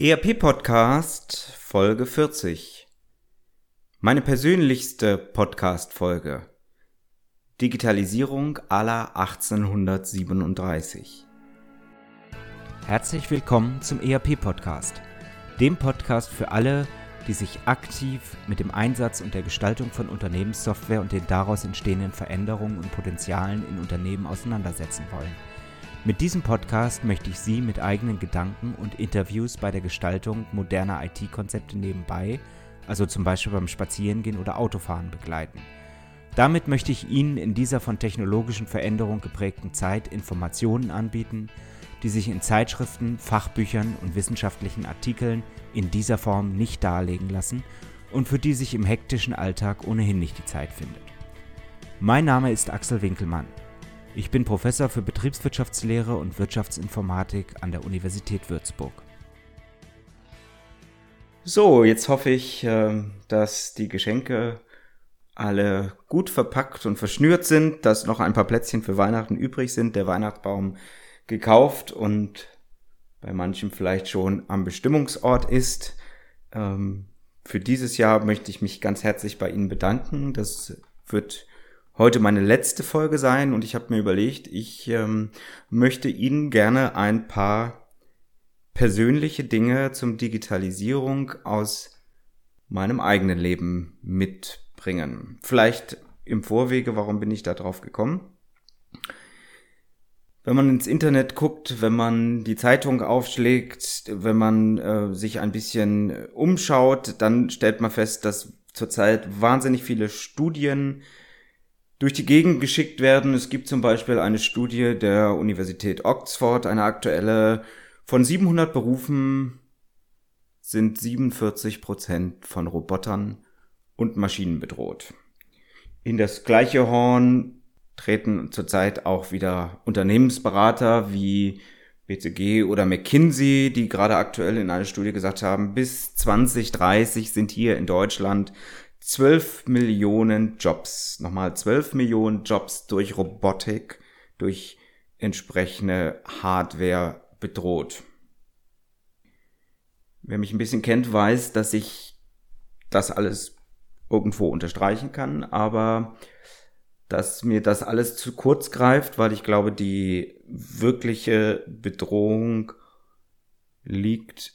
ERP-Podcast Folge 40. Meine persönlichste Podcast-Folge. Digitalisierung à la 1837. Herzlich willkommen zum ERP-Podcast, dem Podcast für alle, die sich aktiv mit dem Einsatz und der Gestaltung von Unternehmenssoftware und den daraus entstehenden Veränderungen und Potenzialen in Unternehmen auseinandersetzen wollen. Mit diesem Podcast möchte ich Sie mit eigenen Gedanken und Interviews bei der Gestaltung moderner IT-Konzepte nebenbei, also zum Beispiel beim Spazierengehen oder Autofahren, begleiten. Damit möchte ich Ihnen in dieser von technologischen Veränderungen geprägten Zeit Informationen anbieten, die sich in Zeitschriften, Fachbüchern und wissenschaftlichen Artikeln in dieser Form nicht darlegen lassen und für die sich im hektischen Alltag ohnehin nicht die Zeit findet. Mein Name ist Axel Winkelmann. Ich bin Professor für Betriebswirtschaftslehre und Wirtschaftsinformatik an der Universität Würzburg. So, jetzt hoffe ich, dass die Geschenke alle gut verpackt und verschnürt sind, dass noch ein paar Plätzchen für Weihnachten übrig sind, der Weihnachtsbaum gekauft und bei manchem vielleicht schon am Bestimmungsort ist. Für dieses Jahr möchte ich mich ganz herzlich bei Ihnen bedanken. Das wird heute meine letzte Folge sein und ich habe mir überlegt, ich möchte Ihnen gerne ein paar persönliche Dinge zum Digitalisierung aus meinem eigenen Leben mitbringen. Vielleicht im Vorwege, warum bin ich da drauf gekommen? Wenn man ins Internet guckt, wenn man die Zeitung aufschlägt, wenn man sich ein bisschen umschaut, dann stellt man fest, dass zurzeit wahnsinnig viele Studien durch die Gegend geschickt werden. Es gibt zum Beispiel eine Studie der Universität Oxford, eine aktuelle. Von 700 Berufen sind 47% von Robotern und Maschinen bedroht. In das gleiche Horn treten zurzeit auch wieder Unternehmensberater wie BCG oder McKinsey, die gerade aktuell in einer Studie gesagt haben, bis 2030 sind hier in Deutschland 12 Millionen Jobs, nochmal 12 Millionen Jobs durch Robotik, durch entsprechende Hardware bedroht. Wer mich ein bisschen kennt, weiß, dass ich das alles irgendwo unterstreichen kann, aber dass mir das alles zu kurz greift, weil ich glaube, die wirkliche Bedrohung liegt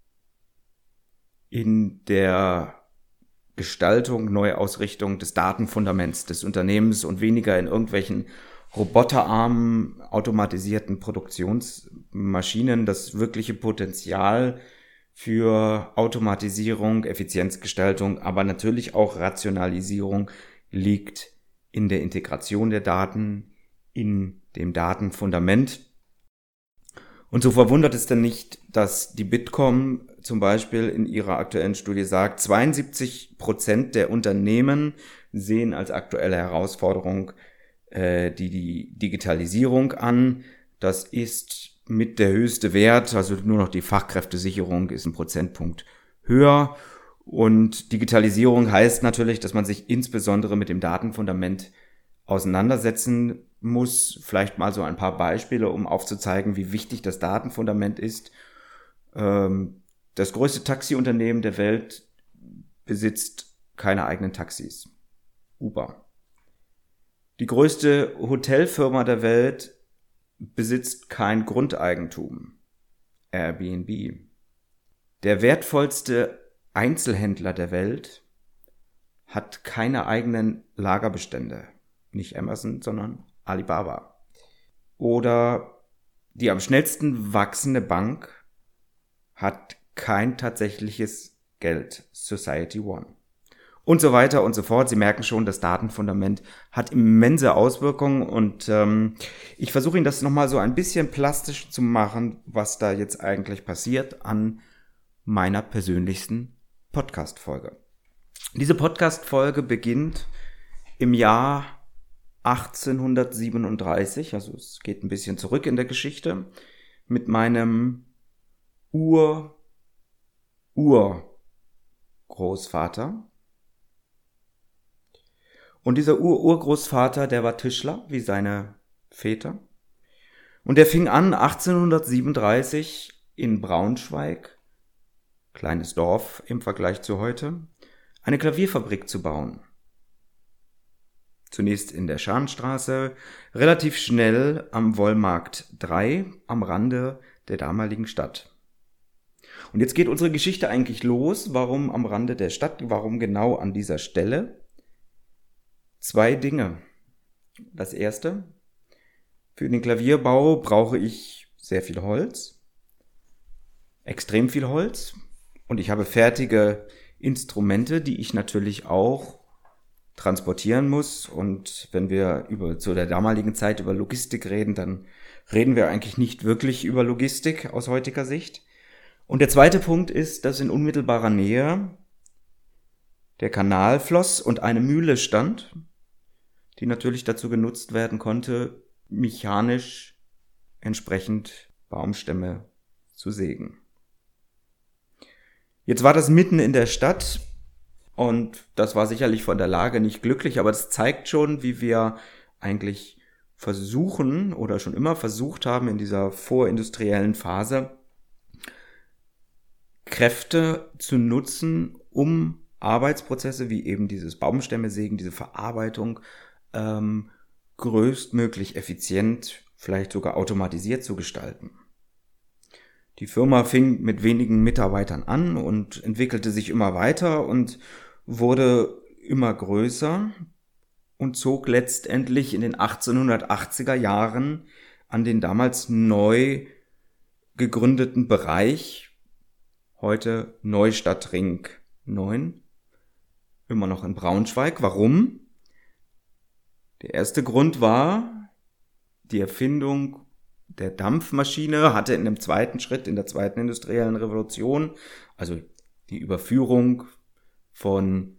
in der Gestaltung, Neuausrichtung des Datenfundaments des Unternehmens und weniger in irgendwelchen roboterarmen, automatisierten Produktionsmaschinen. Das wirkliche Potenzial für Automatisierung, Effizienzgestaltung, aber natürlich auch Rationalisierung liegt in der Integration der Daten, in dem Datenfundament. Und so verwundert es dann nicht, dass die Bitkom zum Beispiel in ihrer aktuellen Studie sagt, 72% der Unternehmen sehen als aktuelle Herausforderung die Digitalisierung an. Das ist mit der höchste Wert, also nur noch die Fachkräftesicherung ist ein Prozentpunkt höher. Und Digitalisierung heißt natürlich, dass man sich insbesondere mit dem Datenfundament auseinandersetzen muss. Vielleicht mal so ein paar Beispiele, um aufzuzeigen, wie wichtig das Datenfundament ist. Das größte Taxiunternehmen der Welt besitzt keine eigenen Taxis. Uber. Die größte Hotelfirma der Welt besitzt kein Grundeigentum. Airbnb. Der wertvollste Einzelhändler der Welt hat keine eigenen Lagerbestände. Nicht Amazon, sondern Alibaba. Oder die am schnellsten wachsende Bank hat kein tatsächliches Geld, Society One. Und so weiter und so fort. Sie merken schon, das Datenfundament hat immense Auswirkungen und ich versuche Ihnen das nochmal so ein bisschen plastisch zu machen, was da jetzt eigentlich passiert an meiner persönlichsten Podcast-Folge. Diese Podcast-Folge beginnt im Jahr 1837, also es geht ein bisschen zurück in der Geschichte, mit meinem Urgroßvater. Und dieser Urgroßvater, der war Tischler, wie seine Väter. Und der fing an, 1837 in Braunschweig kleines Dorf im Vergleich zu heute, eine Klavierfabrik zu bauen. Zunächst in der Scharnstraße, relativ schnell am Wollmarkt 3 am Rande der damaligen Stadt. Und jetzt geht unsere Geschichte eigentlich los. Warum am Rande der Stadt? Warum genau an dieser Stelle? 2 Dinge. Das erste: Für den Klavierbau brauche ich sehr viel Holz, extrem viel Holz, und ich habe fertige Instrumente, die ich natürlich auch transportieren muss. Und wenn wir zu der damaligen Zeit über Logistik reden, dann reden wir eigentlich nicht wirklich über Logistik aus heutiger Sicht. Und der zweite Punkt ist, dass in unmittelbarer Nähe der Kanal floss und eine Mühle stand, die natürlich dazu genutzt werden konnte, mechanisch entsprechend Baumstämme zu sägen. Jetzt war das mitten in der Stadt und das war sicherlich von der Lage nicht glücklich, aber das zeigt schon, wie wir eigentlich versuchen oder schon immer versucht haben in dieser vorindustriellen Phase, Kräfte zu nutzen, um Arbeitsprozesse wie eben dieses Baumstämme sägen, diese Verarbeitung größtmöglich effizient, vielleicht sogar automatisiert zu gestalten. Die Firma fing mit wenigen Mitarbeitern an und entwickelte sich immer weiter und wurde immer größer und zog letztendlich in den 1880er Jahren an den damals neu gegründeten Bereich, heute Neustadtring 9, immer noch in Braunschweig. Warum? Der erste Grund war die Erfindung der Dampfmaschine, hatte in dem zweiten Schritt, in der zweiten industriellen Revolution, also die Überführung von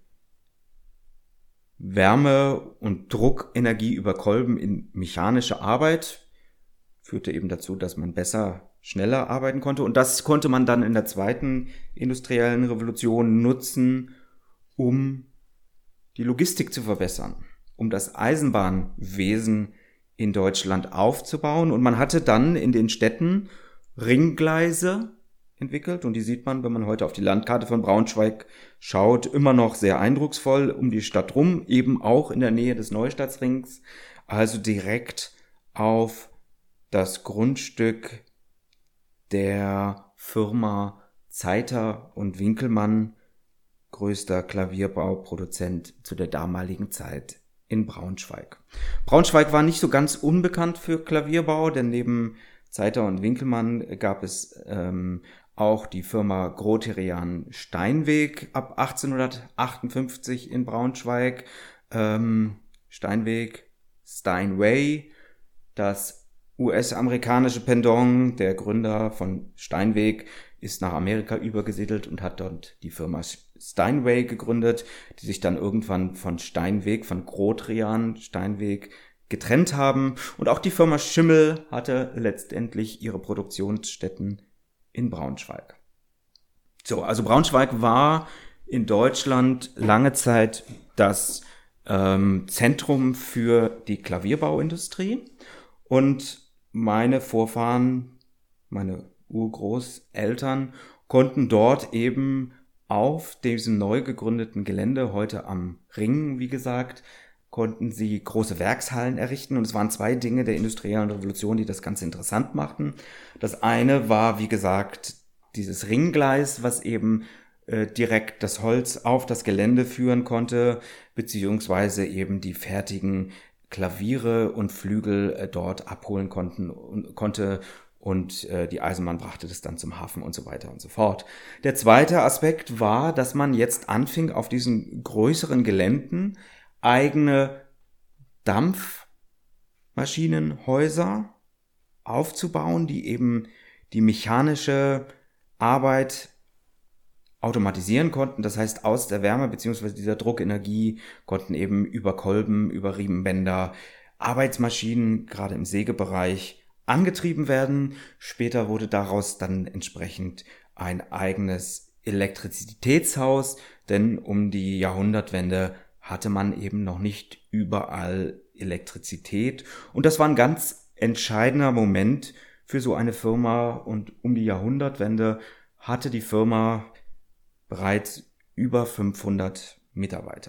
Wärme- und Druckenergie über Kolben in mechanische Arbeit, führte eben dazu, dass man besser, schneller arbeiten konnte. Und das konnte man dann in der zweiten industriellen Revolution nutzen, um die Logistik zu verbessern, um das Eisenbahnwesen in Deutschland aufzubauen. Und man hatte dann in den Städten Ringgleise entwickelt. Und die sieht man, wenn man heute auf die Landkarte von Braunschweig schaut, immer noch sehr eindrucksvoll um die Stadt rum, eben auch in der Nähe des Neustadtrings, also direkt auf das Grundstück der Firma Zeiter und Winkelmann, größter Klavierbauproduzent zu der damaligen Zeit in Braunschweig. Braunschweig war nicht so ganz unbekannt für Klavierbau, denn neben Zeiter und Winkelmann gab es auch die Firma Groth-Herian Steinweg ab 1858 in Braunschweig. Steinway, das US-amerikanische Pendant, der Gründer von Steinweg, ist nach Amerika übergesiedelt und hat dort die Firma Steinway gegründet, die sich dann irgendwann von Steinweg, von Groth-Herian Steinweg getrennt haben. Und auch die Firma Schimmel hatte letztendlich ihre Produktionsstätten in Braunschweig. So, also Braunschweig war in Deutschland lange Zeit das Zentrum für die Klavierbauindustrie. Und meine Vorfahren, meine Urgroßeltern konnten dort eben auf diesem neu gegründeten Gelände, heute am Ring, wie gesagt, konnten sie große Werkshallen errichten. Und es waren 2 Dinge der industriellen Revolution, die das Ganze interessant machten. Das eine war, wie gesagt, dieses Ringgleis, was eben direkt das Holz auf das Gelände führen konnte, beziehungsweise eben die fertigen Klaviere und Flügel dort abholen konnte und die Eisenbahn brachte das dann zum Hafen und so weiter und so fort. Der zweite Aspekt war, dass man jetzt anfing, auf diesen größeren Geländen eigene Dampfmaschinenhäuser aufzubauen, die eben die mechanische Arbeit automatisieren konnten. Das heißt, aus der Wärme bzw. dieser Druckenergie konnten eben über Kolben, über Riemenbänder Arbeitsmaschinen, gerade im Sägebereich, angetrieben werden. Später wurde daraus dann entsprechend ein eigenes Elektrizitätshaus, denn um die Jahrhundertwende hatte man eben noch nicht überall Elektrizität. Und das war ein ganz entscheidender Moment für so eine Firma. Und um die Jahrhundertwende hatte die Firma bereits über 500 Mitarbeiter.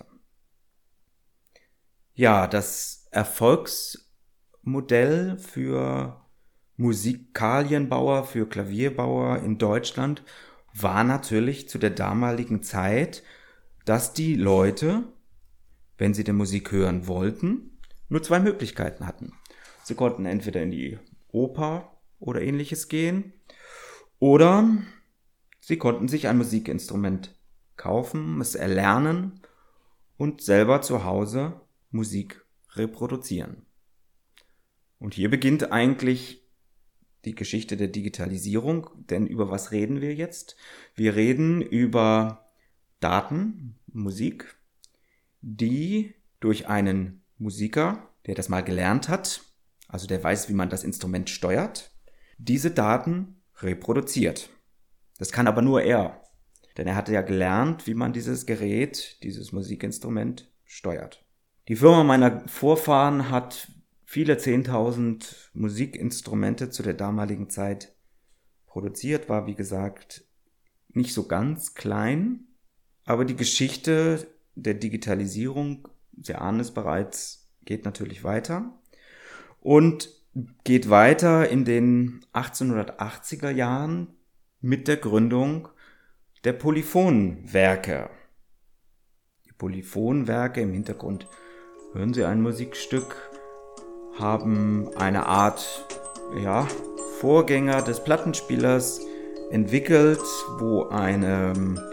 Ja, das Erfolgsmodell für Musikalienbauer, für Klavierbauer in Deutschland war natürlich zu der damaligen Zeit, dass die Leute, wenn sie die Musik hören wollten, nur zwei Möglichkeiten hatten. Sie konnten entweder in die Oper oder ähnliches gehen oder sie konnten sich ein Musikinstrument kaufen, es erlernen und selber zu Hause Musik reproduzieren. Und hier beginnt eigentlich die Geschichte der Digitalisierung, denn über was reden wir jetzt? Wir reden über Daten, Musik, die durch einen Musiker, der das mal gelernt hat, also der weiß, wie man das Instrument steuert, diese Daten reproduziert. Das kann aber nur er, denn er hatte ja gelernt, wie man dieses Gerät, dieses Musikinstrument steuert. Die Firma meiner Vorfahren hat viele 10.000 Musikinstrumente zu der damaligen Zeit produziert, war wie gesagt nicht so ganz klein, aber die Geschichte der Digitalisierung, Sie ahnen es bereits, geht natürlich weiter und geht weiter in den 1880er Jahren mit der Gründung der Polyphonwerke. Die Polyphonwerke, im Hintergrund hören Sie ein Musikstück, haben eine Art Vorgänger des Plattenspielers entwickelt, wo eine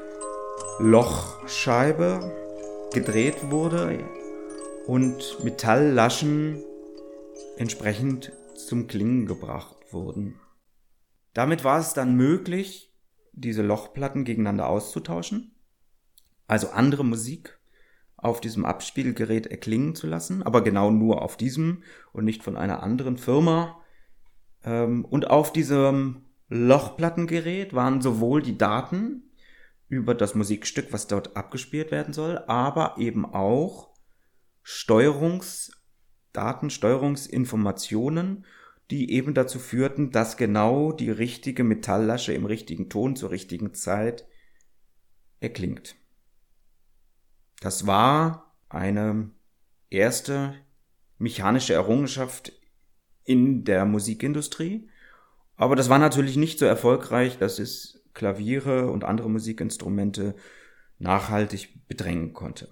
Lochscheibe gedreht wurde und Metalllaschen entsprechend zum Klingen gebracht wurden. Damit war es dann möglich, diese Lochplatten gegeneinander auszutauschen, also andere Musik auf diesem Abspielgerät erklingen zu lassen, aber genau nur auf diesem und nicht von einer anderen Firma. Und auf diesem Lochplattengerät waren sowohl die Daten über das Musikstück, was dort abgespielt werden soll, aber eben auch Steuerungsdaten, Steuerungsinformationen, die eben dazu führten, dass genau die richtige Metalllasche im richtigen Ton zur richtigen Zeit erklingt. Das war eine erste mechanische Errungenschaft in der Musikindustrie, aber das war natürlich nicht so erfolgreich, dass es Klaviere und andere Musikinstrumente nachhaltig bedrängen konnte.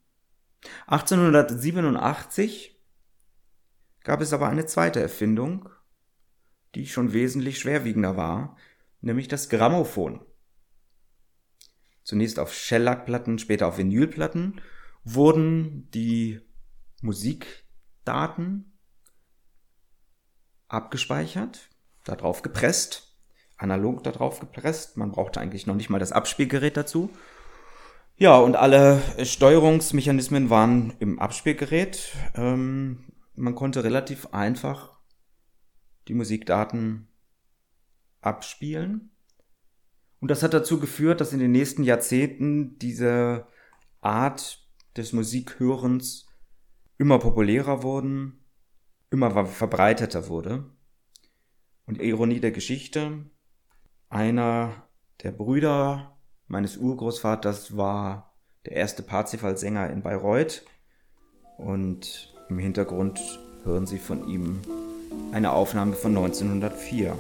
1887 gab es aber eine zweite Erfindung, die schon wesentlich schwerwiegender war, nämlich das Grammophon. Zunächst auf Schellackplatten, später auf Vinylplatten wurden die Musikdaten abgespeichert, darauf gepresst, analog darauf gepresst. Man brauchte eigentlich noch nicht mal das Abspielgerät dazu. Ja, und alle Steuerungsmechanismen waren im Abspielgerät. Man konnte relativ einfach die Musikdaten abspielen. Und das hat dazu geführt, dass in den nächsten Jahrzehnten diese Art des Musikhörens immer populärer wurden, immer verbreiteter wurde. Und die Ironie der Geschichte, einer der Brüder meines Urgroßvaters war der erste Parzifal-Sänger in Bayreuth. Und im Hintergrund hören Sie von ihm eine Aufnahme von 1904.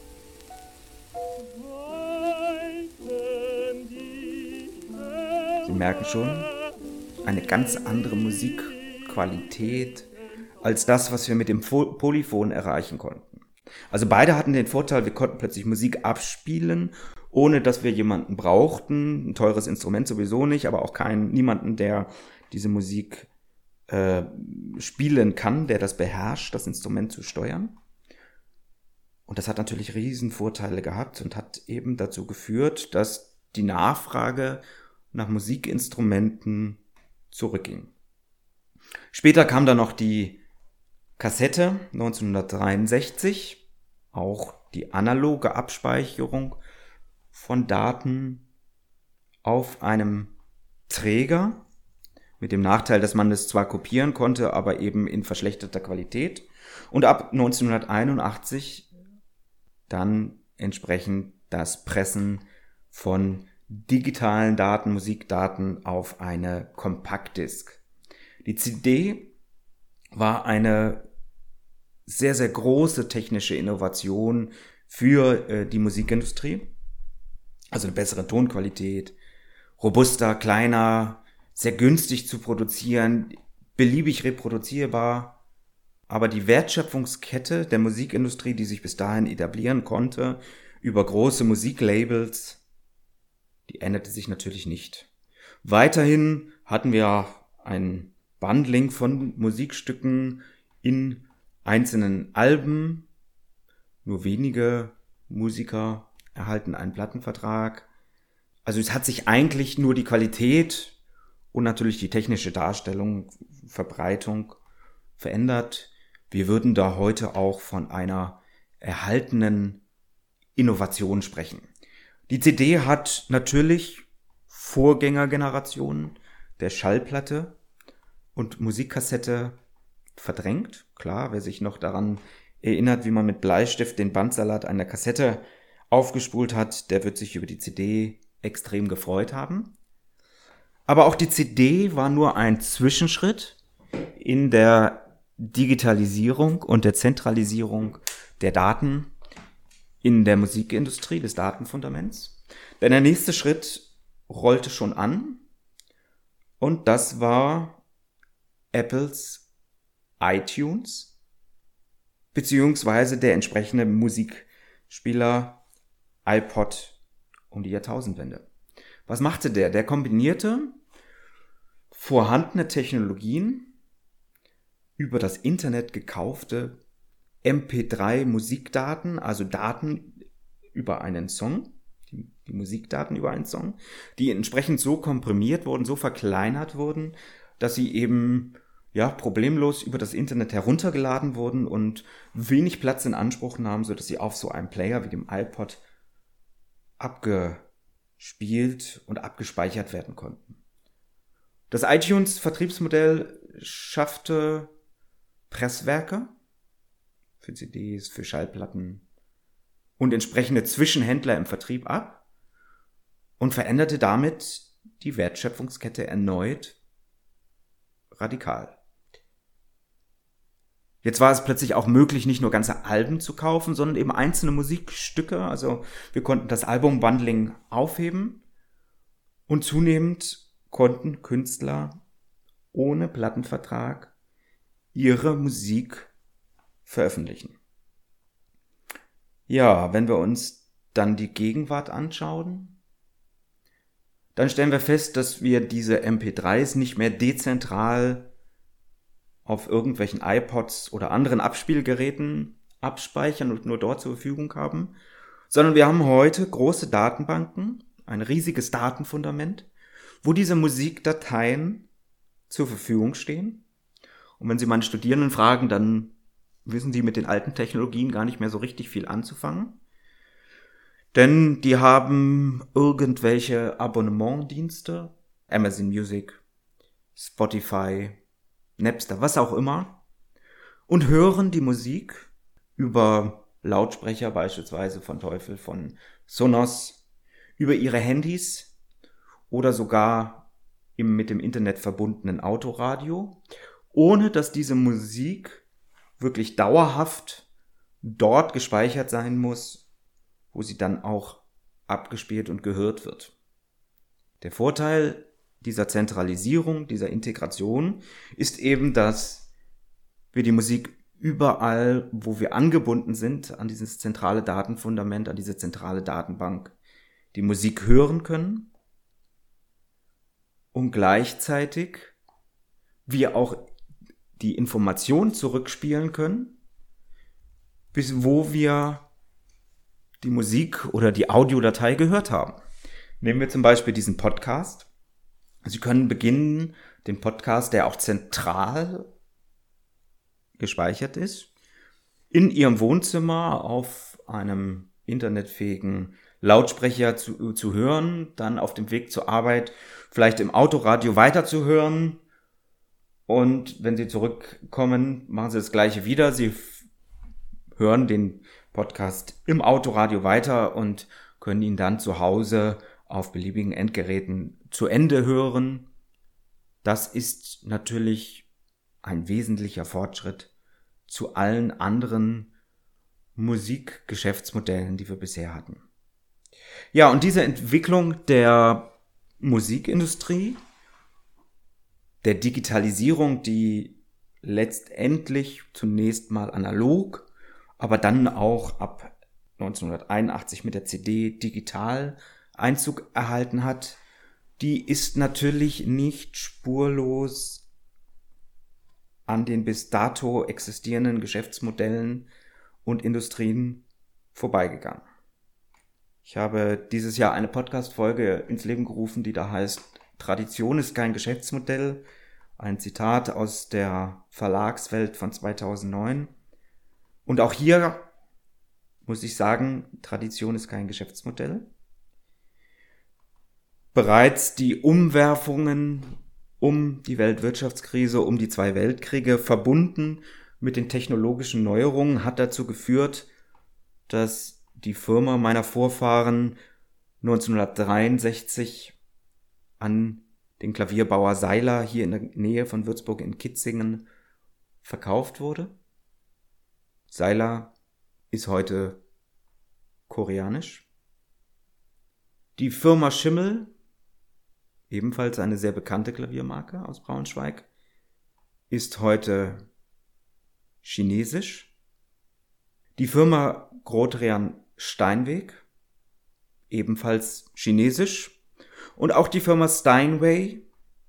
Sie merken schon, eine ganz andere Musikqualität als das, was wir mit dem Polyphon erreichen konnten. Also beide hatten den Vorteil, wir konnten plötzlich Musik abspielen, ohne dass wir jemanden brauchten, ein teures Instrument sowieso nicht, aber auch niemanden, der diese Musik spielen kann, der das beherrscht, das Instrument zu steuern. Und das hat natürlich riesen Vorteile gehabt und hat eben dazu geführt, dass die Nachfrage nach Musikinstrumenten zurückging. Später kam dann noch die Kassette 1963, auch die analoge Abspeicherung von Daten auf einem Träger, mit dem Nachteil, dass man es zwar kopieren konnte, aber eben in verschlechterter Qualität. Und ab 1981 dann entsprechend das Pressen von digitalen Daten, Musikdaten auf eine Compact-Disc. Die CD war eine sehr, sehr große technische Innovation für die Musikindustrie. Also eine bessere Tonqualität, robuster, kleiner, sehr günstig zu produzieren, beliebig reproduzierbar. Aber die Wertschöpfungskette der Musikindustrie, die sich bis dahin etablieren konnte, über große Musiklabels, die änderte sich natürlich nicht. Weiterhin hatten wir ein Bundling von Musikstücken in einzelnen Alben. Nur wenige Musiker erhalten einen Plattenvertrag. Also es hat sich eigentlich nur die Qualität und natürlich die technische Darstellung, Verbreitung verändert. Wir würden da heute auch von einer erhaltenen Innovation sprechen. Die CD hat natürlich Vorgängergenerationen der Schallplatte und Musikkassette verdrängt. Klar, wer sich noch daran erinnert, wie man mit Bleistift den Bandsalat einer Kassette aufgespult hat, der wird sich über die CD extrem gefreut haben. Aber auch die CD war nur ein Zwischenschritt in der Digitalisierung und der Zentralisierung der Daten in der Musikindustrie, des Datenfundaments. Denn der nächste Schritt rollte schon an und das war Apples iTunes beziehungsweise der entsprechende Musikspieler iPod um die Jahrtausendwende. Was machte der? Der kombinierte vorhandene Technologien über das Internet gekaufte MP3-Musikdaten, also Daten über einen Song, die Musikdaten über einen Song, die entsprechend so komprimiert wurden, so verkleinert wurden, dass sie eben problemlos über das Internet heruntergeladen wurden und wenig Platz in Anspruch nahmen, sodass sie auf so einem Player wie dem iPod abgespielt und abgespeichert werden konnten. Das iTunes-Vertriebsmodell schaffte Presswerke für CDs, für Schallplatten und entsprechende Zwischenhändler im Vertrieb ab und veränderte damit die Wertschöpfungskette erneut radikal. Jetzt war es plötzlich auch möglich, nicht nur ganze Alben zu kaufen, sondern eben einzelne Musikstücke. Also wir konnten das Albumbundling aufheben und zunehmend konnten Künstler ohne Plattenvertrag ihre Musik veröffentlichen. Ja, wenn wir uns dann die Gegenwart anschauen, dann stellen wir fest, dass wir diese MP3s nicht mehr dezentral auf irgendwelchen iPods oder anderen Abspielgeräten abspeichern und nur dort zur Verfügung haben, sondern wir haben heute große Datenbanken, ein riesiges Datenfundament, wo diese Musikdateien zur Verfügung stehen. Und wenn Sie meine Studierenden fragen, dann wissen sie mit den alten Technologien gar nicht mehr so richtig viel anzufangen. Denn die haben irgendwelche Abonnementdienste, Amazon Music, Spotify, Napster, was auch immer, und hören die Musik über Lautsprecher, beispielsweise von Teufel, von Sonos, über ihre Handys oder sogar mit dem Internet verbundenen Autoradio, ohne dass diese Musik wirklich dauerhaft dort gespeichert sein muss, wo sie dann auch abgespielt und gehört wird. Der Vorteil dieser Zentralisierung, dieser Integration ist eben, dass wir die Musik überall, wo wir angebunden sind, an dieses zentrale Datenfundament, an diese zentrale Datenbank, die Musik hören können und gleichzeitig wir auch die Information zurückspielen können, bis wo wir die Musik oder die Audiodatei gehört haben. Nehmen wir zum Beispiel diesen Podcast. Sie können beginnen, den Podcast, der auch zentral gespeichert ist, in Ihrem Wohnzimmer auf einem internetfähigen Lautsprecher zu hören, dann auf dem Weg zur Arbeit vielleicht im Autoradio weiterzuhören. Und wenn Sie zurückkommen, machen Sie das Gleiche wieder. Sie hören den Podcast im Autoradio weiter und können ihn dann zu Hause auf beliebigen Endgeräten zu Ende hören. Das ist natürlich ein wesentlicher Fortschritt zu allen anderen Musikgeschäftsmodellen, die wir bisher hatten. Ja, und diese Entwicklung der Musikindustrie, der Digitalisierung, die letztendlich zunächst mal analog, aber dann auch ab 1981 mit der CD digital Einzug erhalten hat, die ist natürlich nicht spurlos an den bis dato existierenden Geschäftsmodellen und Industrien vorbeigegangen. Ich habe dieses Jahr eine Podcast-Folge ins Leben gerufen, die da heißt Tradition ist kein Geschäftsmodell. Ein Zitat aus der Verlagswelt von 2009. Und auch hier muss ich sagen, Tradition ist kein Geschäftsmodell. Bereits die Umwerfungen um die Weltwirtschaftskrise, um die 2 Weltkriege, verbunden mit den technologischen Neuerungen, hat dazu geführt, dass die Firma meiner Vorfahren 1963 an den Klavierbauer Seiler hier in der Nähe von Würzburg in Kitzingen verkauft wurde. Seiler ist heute koreanisch. Die Firma Schimmel, ebenfalls eine sehr bekannte Klaviermarke aus Braunschweig, ist heute chinesisch. Die Firma Grotrian Steinweg, ebenfalls chinesisch. Und auch die Firma Steinway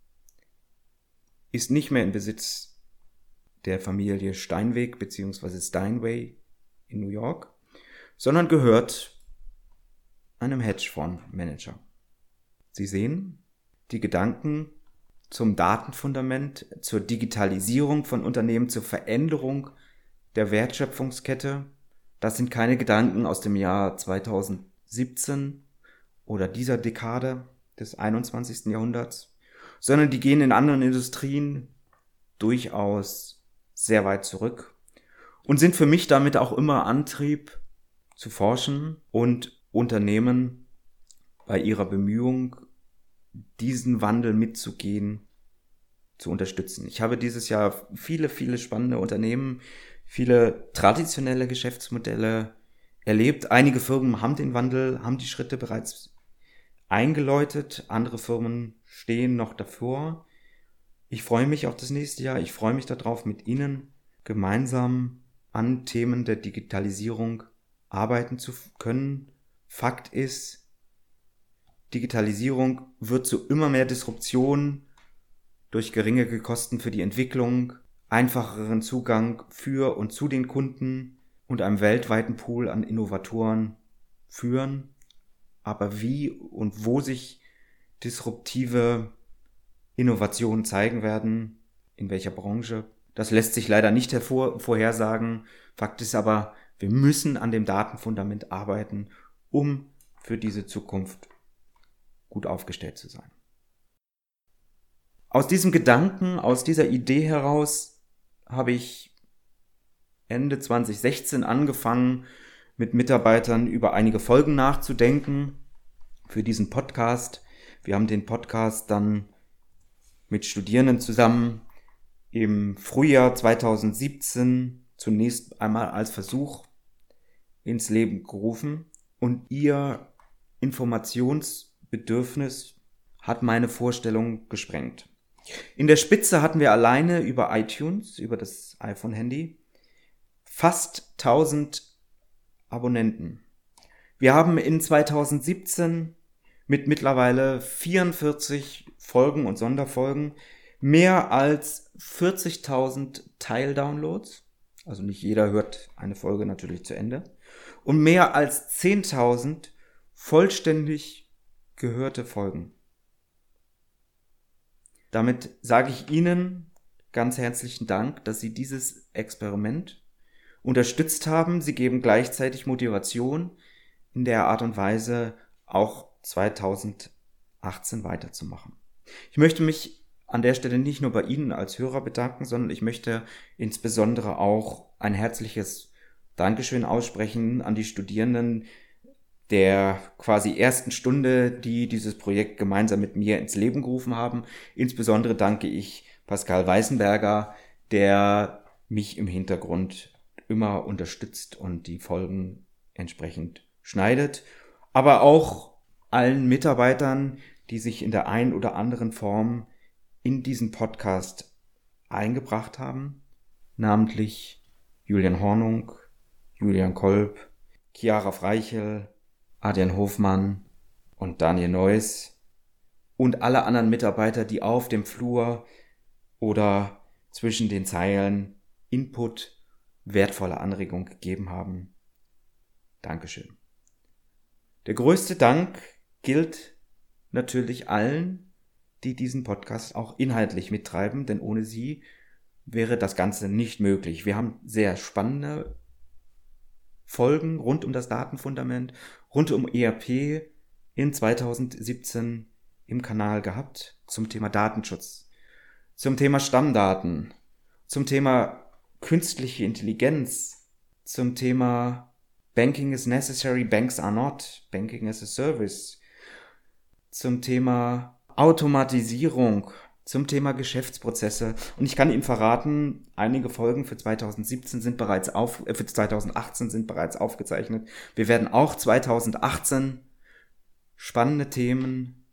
ist nicht mehr in Besitz der Familie Steinweg bzw. Steinway in New York, sondern gehört einem Hedgefondsmanager. Sie sehen, die Gedanken zum Datenfundament, zur Digitalisierung von Unternehmen, zur Veränderung der Wertschöpfungskette, das sind keine Gedanken aus dem Jahr 2017 oder dieser Dekade des 21. Jahrhunderts, sondern die gehen in anderen Industrien durchaus sehr weit zurück und sind für mich damit auch immer Antrieb zu forschen und Unternehmen bei ihrer Bemühung, diesen Wandel mitzugehen, zu unterstützen. Ich habe dieses Jahr viele spannende Unternehmen, viele traditionelle Geschäftsmodelle erlebt. Einige Firmen haben den Wandel, haben die Schritte bereits eingeläutet. Andere Firmen stehen noch davor. Ich freue mich auf das nächste Jahr. Ich freue mich darauf, mit Ihnen gemeinsam an Themen der Digitalisierung arbeiten zu können. Fakt ist, Digitalisierung wird zu immer mehr Disruption durch geringere Kosten für die Entwicklung, einfacheren Zugang für und zu den Kunden und einem weltweiten Pool an Innovatoren führen. Aber wie und wo sich disruptive Innovationen zeigen werden, in welcher Branche, das lässt sich leider nicht vorhersagen. Fakt ist aber, wir müssen an dem Datenfundament arbeiten, um für diese Zukunft gut aufgestellt zu sein. Aus diesem Gedanken, aus dieser Idee heraus habe ich Ende 2016 angefangen, mit Mitarbeitern über einige Folgen nachzudenken für diesen Podcast. Wir haben den Podcast dann mit Studierenden zusammen im Frühjahr 2017 zunächst einmal als Versuch ins Leben gerufen und ihr Informationsbedürfnis hat meine Vorstellung gesprengt. In der Spitze hatten wir alleine über iTunes, über das iPhone-Handy, fast 1000 Abonnenten. Wir haben in 2017 mit mittlerweile 44 Folgen und Sonderfolgen mehr als 40.000 Teildownloads, also nicht jeder hört eine Folge natürlich zu Ende, und mehr als 10.000 vollständig gehörte Folgen. Damit sage ich Ihnen ganz herzlichen Dank, dass Sie dieses Experiment unterstützt haben. Sie geben gleichzeitig Motivation, in der Art und Weise auch 2018 weiterzumachen. Ich möchte mich an der Stelle nicht nur bei Ihnen als Hörer bedanken, sondern ich möchte insbesondere auch ein herzliches Dankeschön aussprechen an die Studierenden, der quasi ersten Stunde, die dieses Projekt gemeinsam mit mir ins Leben gerufen haben. Insbesondere danke ich Pascal Weißenberger, der mich im Hintergrund immer unterstützt und die Folgen entsprechend schneidet. Aber auch allen Mitarbeitern, die sich in der einen oder anderen Form in diesen Podcast eingebracht haben, namentlich Julian Hornung, Julian Kolb, Chiara Freichel, Adrian Hofmann und Daniel Neuss und alle anderen Mitarbeiter, die auf dem Flur oder zwischen den Zeilen Input, wertvolle Anregungen gegeben haben. Dankeschön. Der größte Dank gilt natürlich allen, die diesen Podcast auch inhaltlich mittreiben, denn ohne sie wäre das Ganze nicht möglich. Wir haben sehr spannende Folgen rund um das Datenfundament, rund um ERP in 2017 im Kanal gehabt, zum Thema Datenschutz, zum Thema Stammdaten, zum Thema künstliche Intelligenz, zum Thema Banking is necessary, banks are not, Banking as a Service, zum Thema Automatisierung, zum Thema Geschäftsprozesse. Und ich kann Ihnen verraten, einige Folgen für 2018 sind bereits aufgezeichnet. Wir werden auch 2018 spannende Themen,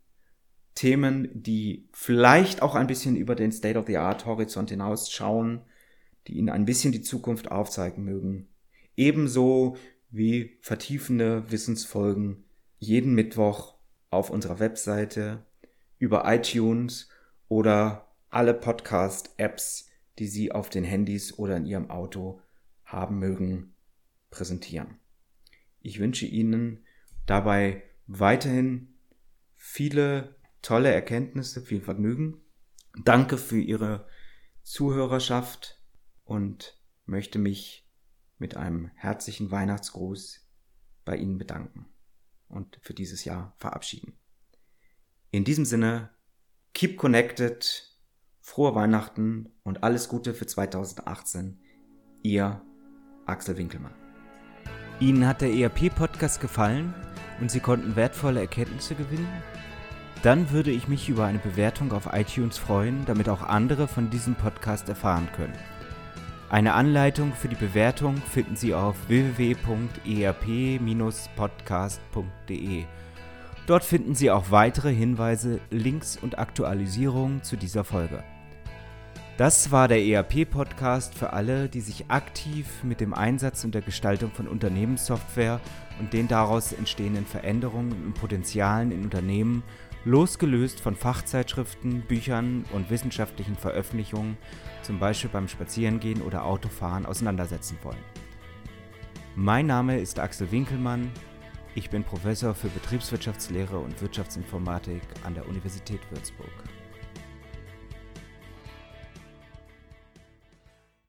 die vielleicht auch ein bisschen über den State-of-the-Art-Horizont hinausschauen, die Ihnen ein bisschen die Zukunft aufzeigen mögen. Ebenso wie vertiefende Wissensfolgen jeden Mittwoch auf unserer Webseite, über iTunes oder alle Podcast-Apps, die Sie auf den Handys oder in Ihrem Auto haben mögen, präsentieren. Ich wünsche Ihnen dabei weiterhin viele tolle Erkenntnisse, viel Vergnügen. Danke für Ihre Zuhörerschaft und möchte mich mit einem herzlichen Weihnachtsgruß bei Ihnen bedanken und für dieses Jahr verabschieden. In diesem Sinne, keep connected, frohe Weihnachten und alles Gute für 2018. Ihr Axel Winkelmann. Ihnen hat der ERP-Podcast gefallen und Sie konnten wertvolle Erkenntnisse gewinnen? Dann würde ich mich über eine Bewertung auf iTunes freuen, damit auch andere von diesem Podcast erfahren können. Eine Anleitung für die Bewertung finden Sie auf www.erp-podcast.de. Dort finden Sie auch weitere Hinweise, Links und Aktualisierungen zu dieser Folge. Das war der ERP-Podcast für alle, die sich aktiv mit dem Einsatz und der Gestaltung von Unternehmenssoftware und den daraus entstehenden Veränderungen und Potenzialen in Unternehmen, losgelöst von Fachzeitschriften, Büchern und wissenschaftlichen Veröffentlichungen, zum Beispiel beim Spazierengehen oder Autofahren, auseinandersetzen wollen. Mein Name ist Axel Winkelmann. Ich bin Professor für Betriebswirtschaftslehre und Wirtschaftsinformatik an der Universität Würzburg.